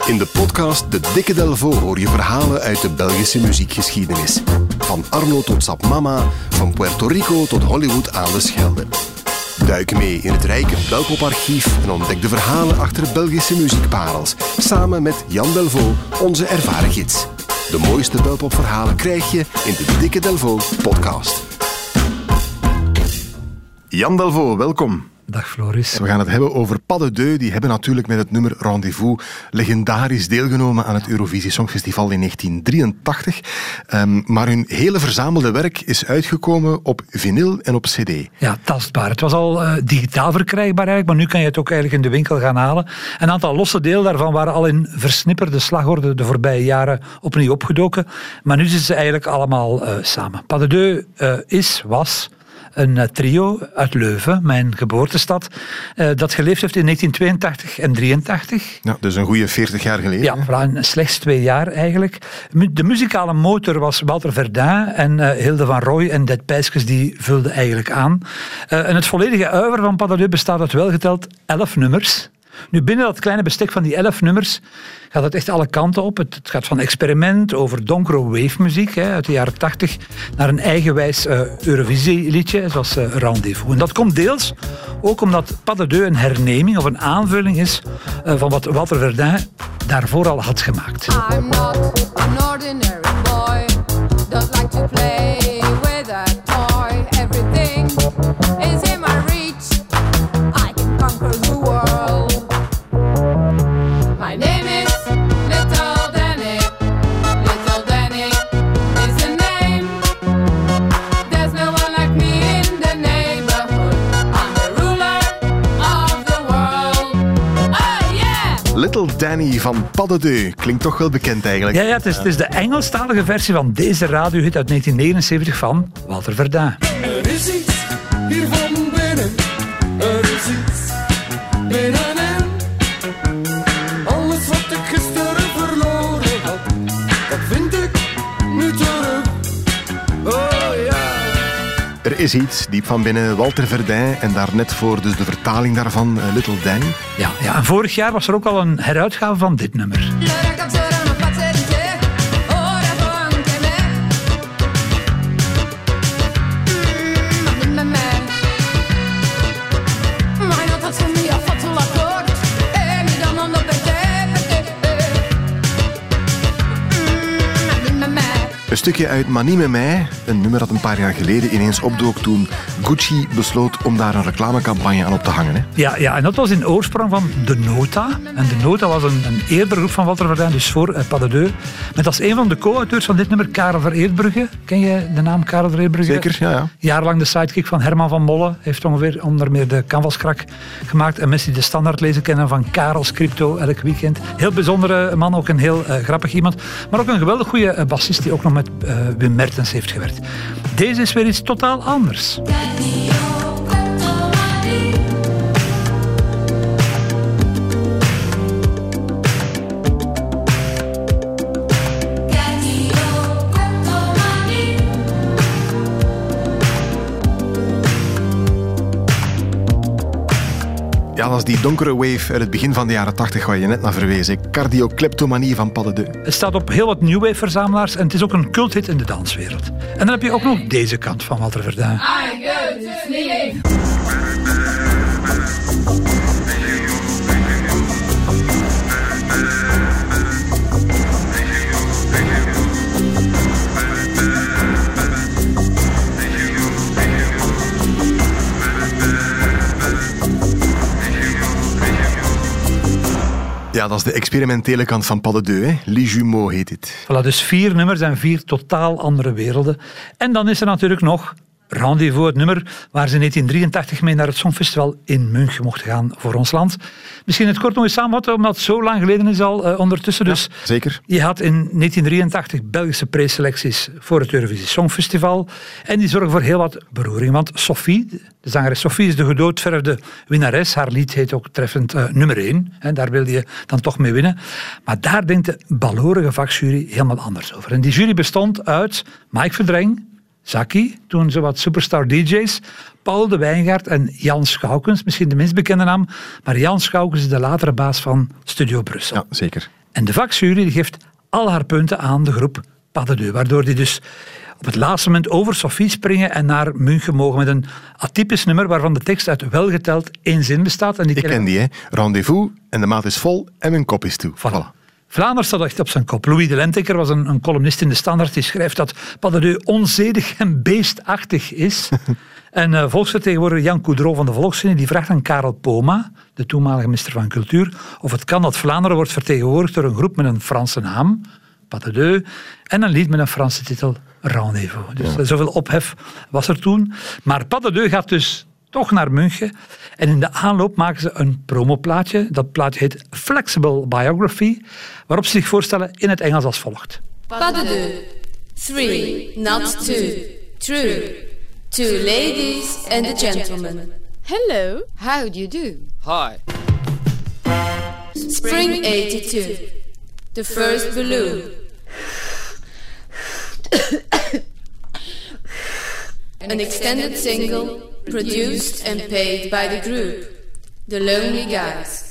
In de podcast De Dikke Delvaux hoor je verhalen uit de Belgische muziekgeschiedenis. Van Arno tot Sap Mama, van Puerto Rico tot Hollywood aan de Schelde. Duik mee in het rijke Belpoparchief en ontdek de verhalen achter Belgische muziekparels. Samen met Jan Delvaux, onze ervaren gids. De mooiste Belpopverhalen krijg je in de Dikke Delvaux podcast. Jan Delvaux, welkom. Dag Floris. We gaan het hebben over Pas de Deux. Die hebben natuurlijk met het nummer Rendez-vous legendarisch deelgenomen aan het Eurovisie Songfestival in 1983. Maar hun hele verzamelde werk is uitgekomen op vinyl en op cd. Ja, tastbaar. Het was al digitaal verkrijgbaar eigenlijk, maar nu kan je het ook eigenlijk in de winkel gaan halen. Een aantal losse delen daarvan waren al in versnipperde slagorde de voorbije jaren opnieuw opgedoken. Maar nu zitten ze eigenlijk allemaal samen. Pas de Deux was een trio uit Leuven, mijn geboortestad, dat geleefd heeft in 1982 en 1983. Ja, dus een goede 40 jaar geleden. Ja, voilà, slechts 2 jaar eigenlijk. De muzikale motor was Walter Verdun en Hilde van Rooij en Det Pijskes die vulden eigenlijk aan. En het volledige uiver van Pas de Deux bestaat uit welgeteld 11 nummers. Nu, binnen dat kleine bestek van die 11 nummers gaat het echt alle kanten op. Het gaat van experiment over donkere wave-muziek uit de jaren 80 naar een eigenwijs Eurovisieliedje, zoals Rendez-vous. En dat komt deels ook omdat Pas de Deux een herneming of een aanvulling is van wat Walter Verdun daarvoor al had gemaakt. I'm not an ordinary boy, don't like to play with a toy. Everything is in my reach, I can conquer the world. My name is Little Danny. Little Danny is the name. There's no one like me in the neighborhood. I'm the ruler of the world. Oh yeah! Little Danny van Pas de Deux. Klinkt toch wel bekend eigenlijk. Ja, het is de Engelstalige versie van deze radiohit uit 1979 van Walter Verdun. Er is iets hier van binnen, er is iets binnenin. Alles wat ik gisteren verloren had, dat vind ik nu terug. Oh ja. Er is iets, diep van binnen, Walter Verdun en daarnet voor dus de vertaling daarvan Little Danny. Ja, en vorig jaar was er ook al een heruitgave van dit nummer. Een stukje uit Manie met mij, een nummer dat een paar jaar geleden ineens opdook toen Gucci besloot om daar een reclamecampagne aan op te hangen. Hè? Ja, en dat was in oorsprong van De Nota. En De Nota was een eerdere groep van Walter Verdun, dus voor Pas de Deux. Met als een van de co-auteurs van dit nummer Karel Vereerdbrugge. Ken je de naam Karel Vereerdbrugge? Zeker, ja. Jarenlang de sidekick van Herman van Molle. Heeft ongeveer onder meer de Canvaskrak gemaakt. En mensen die de Standaard lezen kennen van Karels Crypto elk weekend. Heel bijzondere man, ook een heel grappig iemand. Maar ook een geweldig goede bassist die ook nog met Wim Mertens heeft gewerkt. Deze is weer iets totaal anders. Ja, dat is die donkere wave uit het begin van de jaren 80 waar je net naar verwees. Cardiokleptomanie van Pas de Deux. Het staat op heel wat new wave verzamelaars en het is ook een culthit in de danswereld. En dan heb je ook nog deze kant van Walter Verdun. I go to sleep. Ja, dat is de experimentele kant van Pas de Deux. Hè? Les Jumeaux heet dit. Voilà, dus 4 nummers en 4 totaal andere werelden. En dan is er natuurlijk nog Rendez-vous, het nummer waar ze in 1983 mee naar het Songfestival in München mochten gaan voor ons land. Misschien het kort nog eens samenvatten, omdat het zo lang geleden is al ondertussen. Dus ja, zeker. Je had in 1983 Belgische preselecties voor het Eurovisie Songfestival. En die zorgen voor heel wat beroering. Want Sophie, de zangeres Sophie, is de gedoodverfde winnares. Haar lied heet ook treffend nummer 1. En daar wilde je dan toch mee winnen. Maar daar denkt de balorige vakjury helemaal anders over. En die jury bestond uit Mike Verdreng, Zaki, toen zowat superstar DJ's, Paul de Wijngaard en Jan Schoukens, misschien de minst bekende naam, maar Jan Schoukens is de latere baas van Studio Brussel. Ja, zeker. En de vakjury die geeft al haar punten aan de groep Pas de Deux, waardoor die dus op het laatste moment over Sophie springen en naar München mogen met een atypisch nummer waarvan de tekst uit welgeteld 1 zin bestaat. En die Ik ken die, hè. Rendezvous en de maat is vol en mijn kop is toe. Voilà. Vlaanderen staat echt op zijn kop. Louis de Lenteker was een columnist in de Standaard die schrijft dat Pas de Deux onzedig en beestachtig is. En volksvertegenwoordiger Jan Coudreau van de Volkslinie die vraagt aan Karel Poma, de toenmalige minister van Cultuur, of het kan dat Vlaanderen wordt vertegenwoordigd door een groep met een Franse naam, Pas de Deux, en een lied met een Franse titel, Rendezvous. Dus zoveel ophef was er toen. Maar Pas de Deux gaat dus toch naar München. En in de aanloop maken ze een promoplaatje. Dat plaatje heet Flexible Biography, waarop ze zich voorstellen in het Engels als volgt. Pas de deux. 3, not 2. True. 2 ladies and a gentleman. Hello, how do you do? Hi. Spring 82. The first balloon. An extended single produced and paid by the group. The Lonely Guys.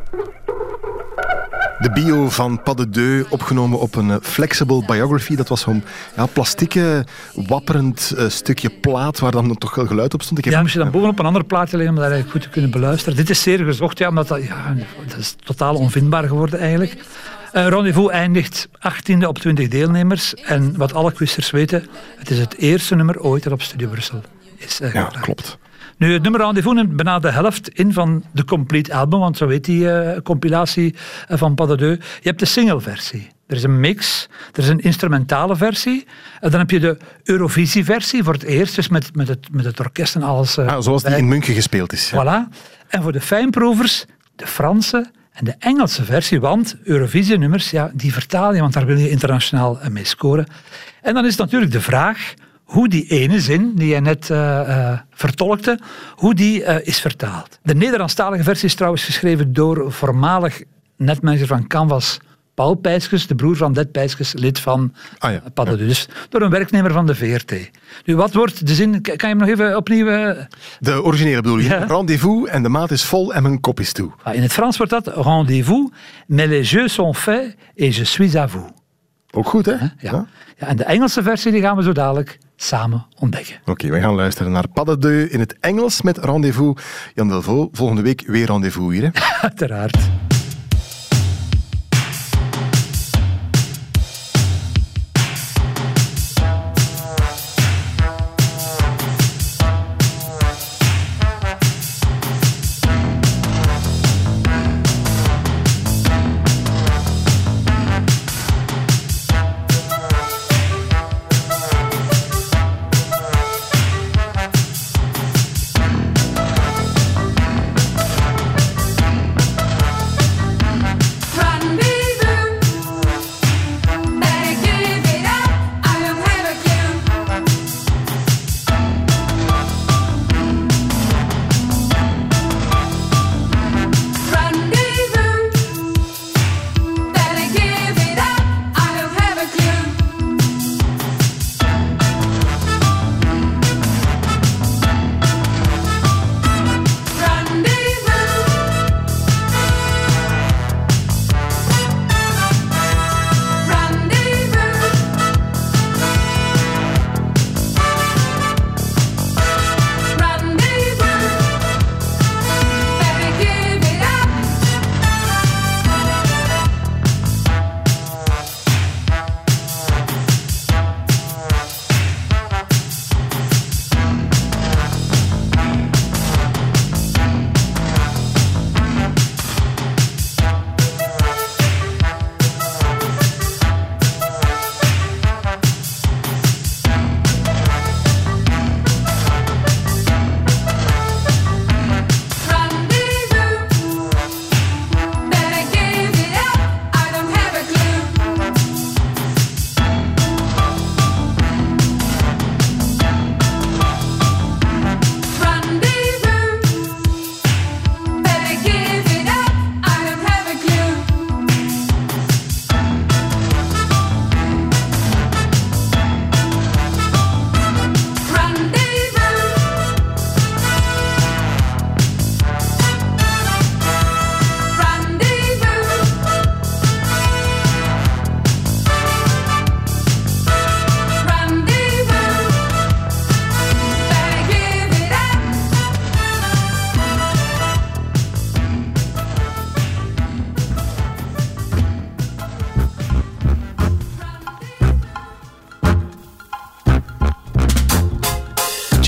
De bio van Pas de Deux, opgenomen op een flexible biography. Dat was zo'n plastieke, wapperend stukje plaat waar dan toch wel geluid op stond. Moest je dan bovenop een ander plaatje leggen om dat eigenlijk goed te kunnen beluisteren. Dit is zeer gezocht, omdat dat is totaal onvindbaar geworden eigenlijk. Rendezvous eindigt 18e op 20 deelnemers. En wat alle quizers weten, het is het eerste nummer ooit dat op Studio Brussel is gedraaid. Ja, klopt. Nu, het nummer Rendezvous neemt bijna de helft in van de complete album, want zo heet die compilatie van Pas de Deux. Je hebt de singleversie. Er is een mix, er is een instrumentale versie. Dan heb je de Eurovisie-versie voor het eerst, dus met het orkest en alles. Zoals die in München gespeeld is. Ja. Voilà. En voor de fijnproevers, de Franse en de Engelse versie, want Eurovisie-nummers, die vertaal je, want daar wil je internationaal mee scoren. En dan is natuurlijk de vraag hoe die ene zin die jij net vertolkte, hoe die is vertaald. De Nederlandstalige versie is trouwens geschreven door voormalig netmanager van Canvas, Paul Pijskes, de broer van Det Pijskes, lid van Pas de Deux. Dus door een werknemer van de VRT. Nu, wat wordt de zin? Kan je hem nog even opnieuw... De originele bedoel je? Ja. Rendezvous en de maat is vol en mijn kop is toe. In het Frans wordt dat Rendezvous, mais les jeux sont faits et je suis à vous. Ook goed, hè? Ja, en de Engelse versie die gaan we zo dadelijk samen ontdekken. Oké, we gaan luisteren naar Pas de Deux in het Engels met Rendezvous. Jan Delvaux, volgende week weer Rendezvous hier, hè? Uiteraard.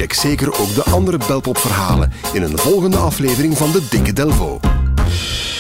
Check zeker ook de andere belpopverhalen in een volgende aflevering van de Dikke Delvaux.